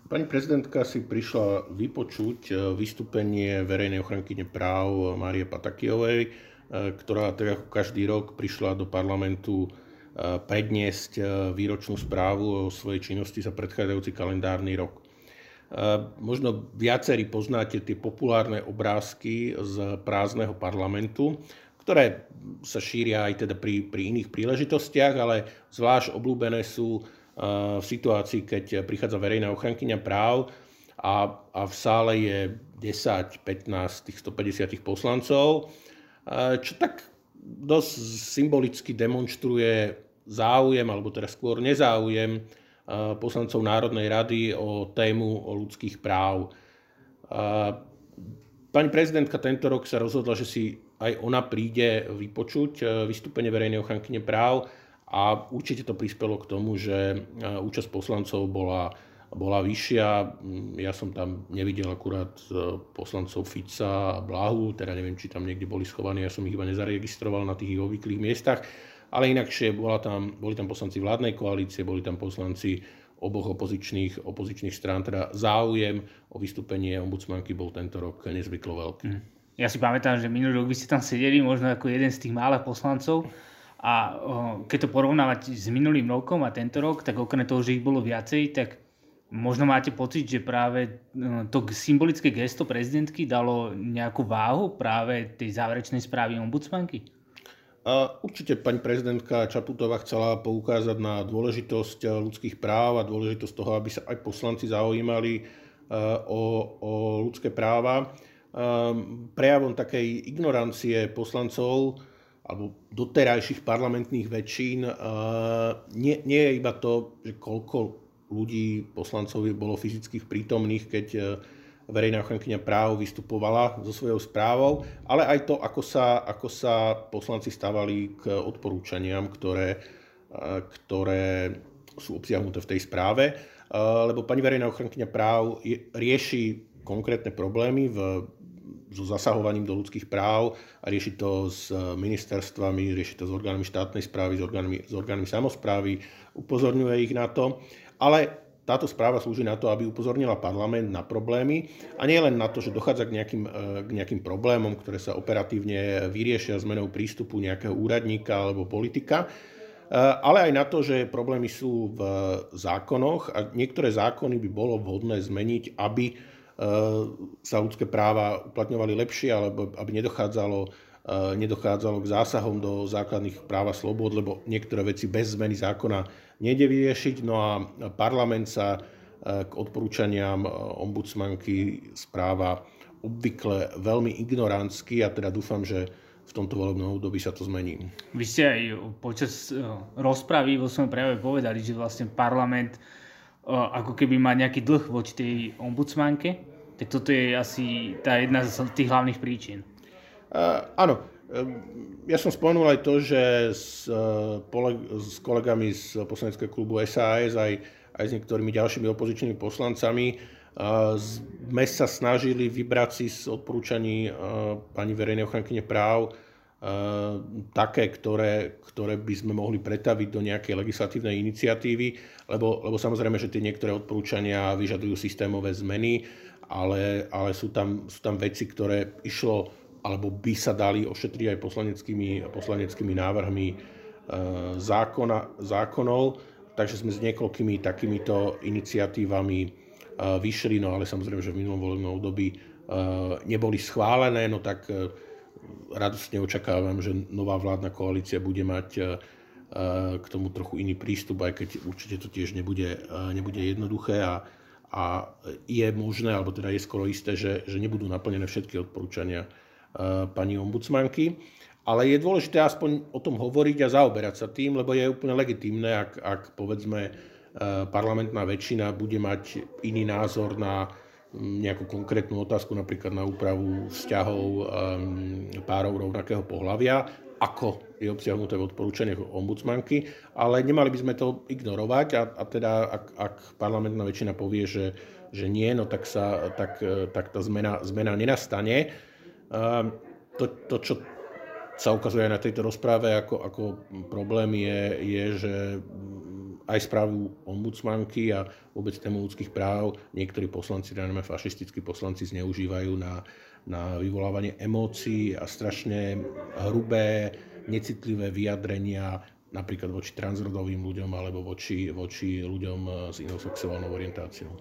Pani prezidentka si prišla vypočuť vystúpenie verejnej ochrankyne práv Márie Patakijovej, ktorá tak ako každý rok prišla do parlamentu predniesť výročnú správu o svojej činnosti za predchádzajúci kalendárny rok. Možno viacerí poznáte tie populárne obrázky z prázdneho parlamentu, ktoré sa šíria aj teda pri iných príležitostiach, ale zvlášť obľúbené sú v situácii, keď prichádza verejná ochrankyňa práv a v sále je 10, 15, tých 150 poslancov, čo tak dosť symbolicky demonstruje záujem, alebo teda skôr nezáujem poslancov Národnej rady o tému o ľudských práv. Pani prezidentka tento rok sa rozhodla, že si aj ona príde vypočuť vystúpenie verejnej ochrankyne práv, a určite to prispelo k tomu, že účasť poslancov bola vyššia. Ja som tam nevidel akurát poslancov Fica a Blahu, teda neviem, či tam niekde boli schovaní, ja som ich iba nezaregistroval na tých ich obvyklých miestach, ale inakšie boli tam poslanci vládnej koalície, boli tam poslanci oboch opozičných strán, teda záujem o vystúpenie ombudsmanky bol tento rok nezvyklo veľký. Ja si pamätám, že minulý rok by ste tam sedeli možno ako jeden z tých mála poslancov. A keď to porovnávať s minulým rokom a tento rok, tak okrem toho, že ich bolo viacej, tak možno máte pocit, že práve to symbolické gesto prezidentky dalo nejakú váhu práve tej záverečnej správy ombudsmanky? Určite pani prezidentka Čaputová chcela poukázať na dôležitosť ľudských práv a dôležitosť toho, aby sa aj poslanci zaujímali o ľudské práva. Prejavom takej ignorancie poslancov alebo doterajších parlamentných väčšín nie je iba to, že koľko ľudí, poslancov bolo fyzických prítomných, keď verejná ochrankyňa práv vystupovala so svojou správou, ale aj to, ako sa poslanci stávali k odporúčaniam, ktoré sú obsiahnuté v tej správe, lebo pani verejná ochrankyňa práv rieši konkrétne problémy so zasahovaním do ľudských práv a rieši to s ministerstvami, rieši to s orgánmi štátnej správy, s orgánmi samosprávy, upozorňuje ich na to. Ale táto správa slúži na to, aby upozornila parlament na problémy a nie len na to, že dochádza k nejakým problémom, ktoré sa operatívne vyriešia zmenou prístupu nejakého úradníka alebo politika, ale aj na to, že problémy sú v zákonoch a niektoré zákony by bolo vhodné zmeniť, aby sa ľudské práva uplatňovali lepšie, alebo aby nedochádzalo k zásahom do základných práv a slobôd, lebo niektoré veci bez zmeny zákona nejde vyriešiť. No a parlament sa k odporúčaniam ombudsmanky správa obvykle veľmi ignorantsky a teda dúfam, že v tomto volebnom období sa to zmení. Vy ste aj počas rozpravy vo svojom prejave povedali, že vlastne parlament ako keby má nejaký dlh voči tej ombudsmanke, tak toto je asi tá jedna z tých hlavných príčin. Áno, ja som spomenul aj to, že s kolegami z poslaneckého klubu SAS aj s niektorými ďalšími opozičnými poslancami sme sa snažili vybrať si z odporúčaní pani verejnej ochrankyne práv také, ktoré by sme mohli pretaviť do nejakej legislatívnej iniciatívy, lebo samozrejme, že tie niektoré odporúčania vyžadujú systémové zmeny, ale sú tam veci, ktoré išlo alebo by sa dali ošetriť aj poslaneckými návrhmi zákonov. Takže sme s niekoľkými takýmito iniciatívami vyšli, no ale samozrejme, že v minulom volebnom období neboli schválené, no tak radostne očakávam, že nová vládna koalícia bude mať k tomu trochu iný prístup, aj keď určite to tiež nebude jednoduché a je možné, alebo teda je skoro isté, že nebudú naplnené všetky odporúčania pani ombudsmanky. Ale je dôležité aspoň o tom hovoriť a zaoberať sa tým, lebo je úplne legitímne, ak povedzme parlamentná väčšina bude mať iný názor na nejakú konkrétnu otázku, napríklad na úpravu vzťahov párov rovnakého pohlavia, ako je obsiahnuté v odporúčaniach ombudsmanky, ale nemali by sme to ignorovať a teda ak parlamentná väčšina povie, že nie, no tak tá zmena nenastane. To, čo sa ukazuje aj na tejto rozprave ako problém je, že aj správu ombudsmanky a vôbec tému ľudských práv niektorí poslanci, najmä fašistickí poslanci, zneužívajú na vyvolávanie emócií a strašne hrubé, necitlivé vyjadrenia napríklad voči transrodovým ľuďom alebo voči ľuďom s inou sexuálnou orientáciou.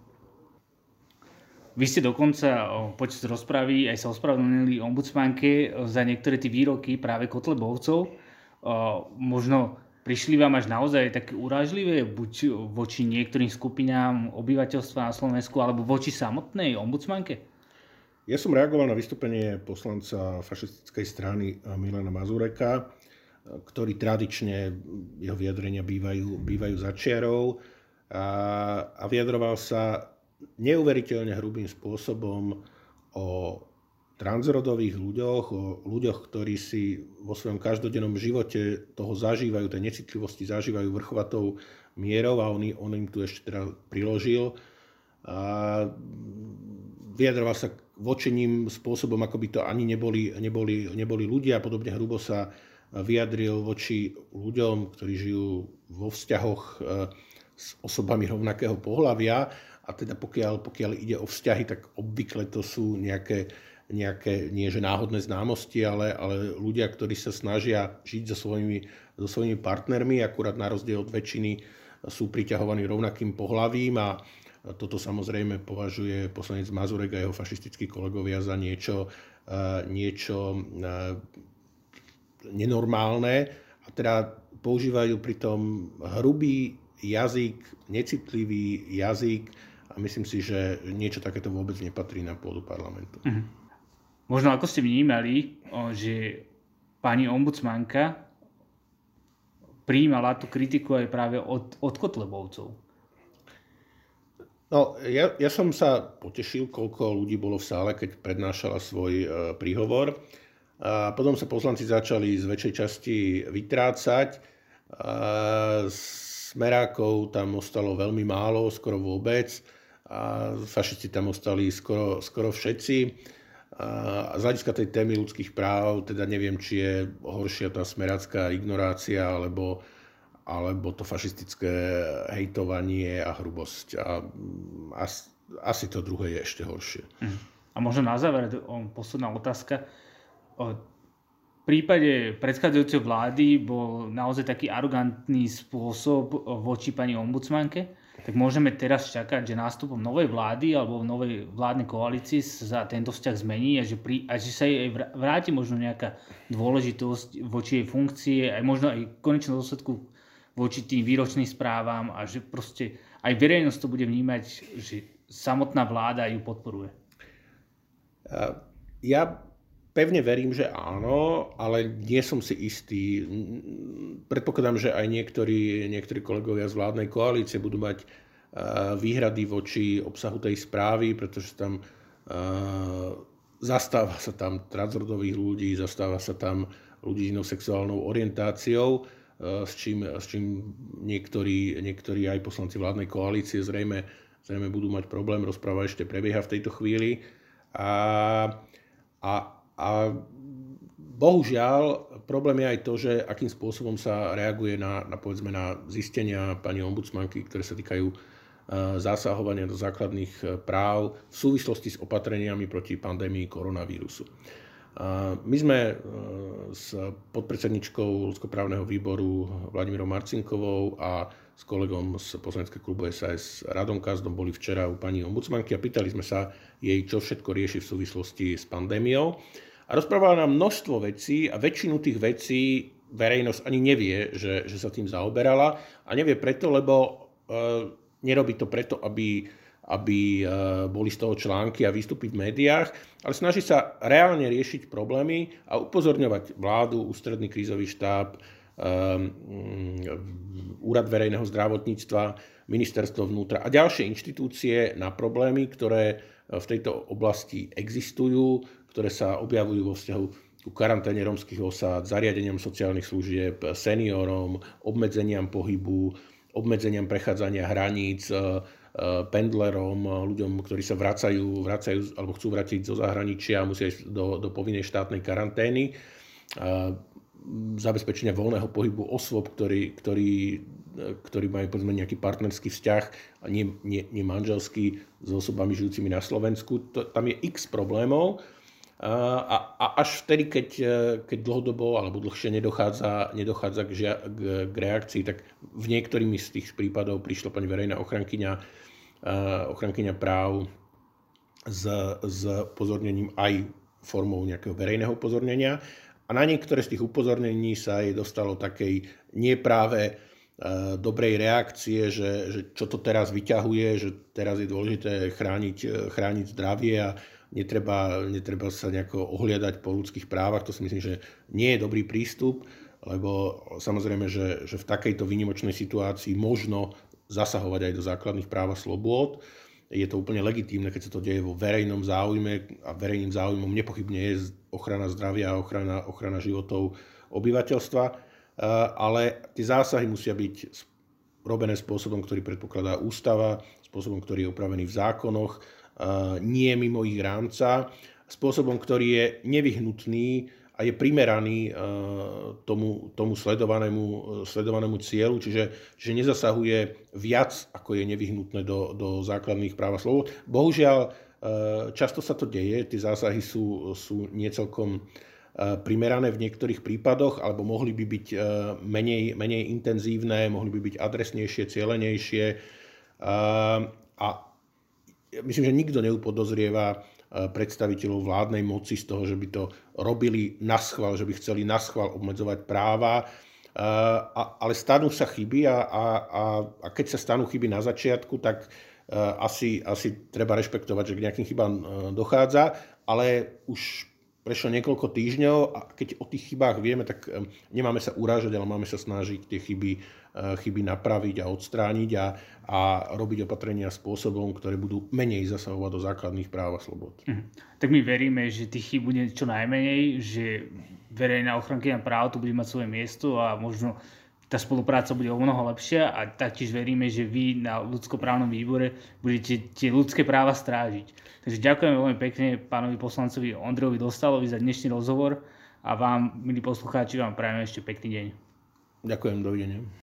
Vy ste dokonca počas rozpravy aj sa ospravedlnili ombudsmanke za niektoré tie výroky práve Kotlebovcov. Možno prišli vám až naozaj také urážlivé, buď voči niektorým skupinám obyvateľstva na Slovensku, alebo voči samotnej ombudsmanke? Ja som reagoval na vystúpenie poslanca fašistickej strany Milana Mazureka, ktorý tradične, jeho vyjadrenia bývajú za čiarou a vyjadroval sa neuveriteľne hrubým spôsobom o transrodových ľuďoch, o ľuďoch, ktorí si vo svojom každodennom živote toho zažívajú, tej necitlivosti zažívajú vrchovatou mierou a on im tu ešte teda priložil. A vyjadroval sa voči ním spôsobom, ako by to ani neboli ľudia. Podobne hrubo sa vyjadril voči ľuďom, ktorí žijú vo vzťahoch s osobami rovnakého pohlavia. A teda pokiaľ ide o vzťahy, tak obvykle to sú nejaké nie že náhodné známosti, ale ľudia, ktorí sa snažia žiť so svojimi partnermi, akurát na rozdiel od väčšiny sú priťahovaní rovnakým pohlavím a toto samozrejme považuje poslanec Mazurek a jeho fašistickí kolegovia za niečo nenormálne a teda používajú pritom hrubý jazyk, necitlivý jazyk a myslím si, že niečo takéto vôbec nepatrí na pôdu parlamentu. Možno ako ste vnímali, že pani ombudsmanka prijímala tú kritiku aj práve od Kotlebovcov? No, ja som sa potešil, koľko ľudí bolo v sále, keď prednášala svoj príhovor. A potom sa poslanci začali z väčšej časti vytrácať. Smerákov tam ostalo veľmi málo, skoro vôbec. A fašisti tam ostali skoro všetci. A z hľadiska tej témy ľudských práv, teda neviem, či je horšia tá smerácká ignorácia, alebo to fašistické hejtovanie a hrubosť. A asi to druhé je ešte horšie. A možno na záver posledná otázka. V prípade predchádzajúcej vlády bol naozaj taký arogantný spôsob voči pani ombudsmanke. Tak môžeme teraz čakať, že nástupom novej vlády alebo novej vládnej koalícii sa tento vzťah zmení a že sa jej vráti možno nejaká dôležitosť voči jej funkcie, aj možno aj v konečnom dôsledku voči tým výročným správam a že proste aj verejnosť to bude vnímať, že samotná vláda ju podporuje. Ja pevne verím, že áno, ale nie som si istý. Predpokladám, že aj niektorí kolegovia z vládnej koalície budú mať výhrady voči obsahu tej správy, pretože tam zastáva sa tam transrodových ľudí, zastáva sa tam ľudí s inou sexuálnou orientáciou, s čím niektorí aj poslanci vládnej koalície zrejme budú mať problém. Rozpráva ešte prebieha v tejto chvíli. A bohužiaľ, problém je aj to, že akým spôsobom sa reaguje na zistenia pani ombudsmanky, ktoré sa týkajú zasahovania do základných práv v súvislosti s opatreniami proti pandémii koronavírusu. My sme s podpredsedničkou ľudskoprávneho výboru Vladimírom Marcinkovou a s kolegom z poslaneckého klubu SAS Radom Kazdom boli včera u pani ombudsmanky a pýtali sme sa jej, čo všetko rieši v súvislosti s pandémiou. A rozprávala nám množstvo vecí a väčšinu tých vecí verejnosť ani nevie, že sa tým zaoberala. A nevie preto, lebo nerobí to preto, aby boli z toho články a výstupy v médiách, ale snaží sa reálne riešiť problémy a upozorňovať vládu, ústredný krízový štáb, Úrad verejného zdravotníctva, ministerstvo vnútra a ďalšie inštitúcie na problémy, ktoré v tejto oblasti existujú, ktoré sa objavujú vo vzťahu ku karanténe rómskych osád, zariadeniam sociálnych služieb, seniorom, obmedzeniam pohybu, obmedzeniam prechádzania hraníc, pendlerom, ľuďom, ktorí sa vracajú alebo chcú vrátiť zo zahraničia a musia ísť do povinnej štátnej karantény. zabezpečenia voľného pohybu osôb, ktorí majú povedzme nejaký partnerský vzťah a nie manželský s osobami žijúcimi na Slovensku. Tam je x problémov a až vtedy, keď dlhodobo alebo dlhšie nedochádza k reakcii, tak v niektorými z tých prípadov prišla pani verejná ochrankyňa práv s upozornením aj formou nejakého verejného upozornenia. A na niektoré z tých upozornení sa jej dostalo takej nepráve dobrej reakcie, že čo to teraz vyťahuje, že teraz je dôležité chrániť zdravie a netreba sa nejako ohliadať po ľudských právach. To si myslím, že nie je dobrý prístup, lebo samozrejme, že v takejto výnimočnej situácii možno zasahovať aj do základných práv a slobôd. Je to úplne legitímne, keď sa to deje vo verejnom záujme a verejným záujmom nepochybne je ochrana zdravia a ochrana životov obyvateľstva, ale tie zásahy musia byť robené spôsobom, ktorý predpokladá ústava, spôsobom, ktorý je upravený v zákonoch, nie mimo ich rámca, spôsobom, ktorý je nevyhnutný a je primeraný tomu sledovanému cieľu, čiže nezasahuje viac, ako je nevyhnutné do základných práv a slobôd. Bohužiaľ, často sa to deje, tie zásahy sú niecelkom primerané v niektorých prípadoch, alebo mohli by byť menej intenzívne, mohli by byť adresnejšie, cielenejšie. A myslím, že nikto neupodozrieva predstaviteľov vládnej moci z toho, že by to robili naschvál, že by chceli naschvál obmedzovať práva, ale stanú sa chyby a keď sa stanú chyby na začiatku, tak asi treba rešpektovať, že k nejakým chybám dochádza, ale už prešlo niekoľko týždňov a keď o tých chybách vieme, tak nemáme sa urážať, ale máme sa snažiť tie chyby napraviť a odstrániť a robiť opatrenia spôsobom, ktoré budú menej zasahovať do základných práv a slobod. Tak my veríme, že tých chýb bude čo najmenej, že verejná ochrankyňa práv tu bude mať svoje miesto a možno tá spolupráca bude o mnoho lepšia a taktiež veríme, že vy na ľudskoprávnom výbore budete tie ľudské práva strážiť. Takže ďakujem veľmi pekne pánovi poslancovi Ondrejovi Dostálovi za dnešný rozhovor a vám, milí poslucháči, vám prajeme ešte pekný deň. Ďakujem, dovidenia.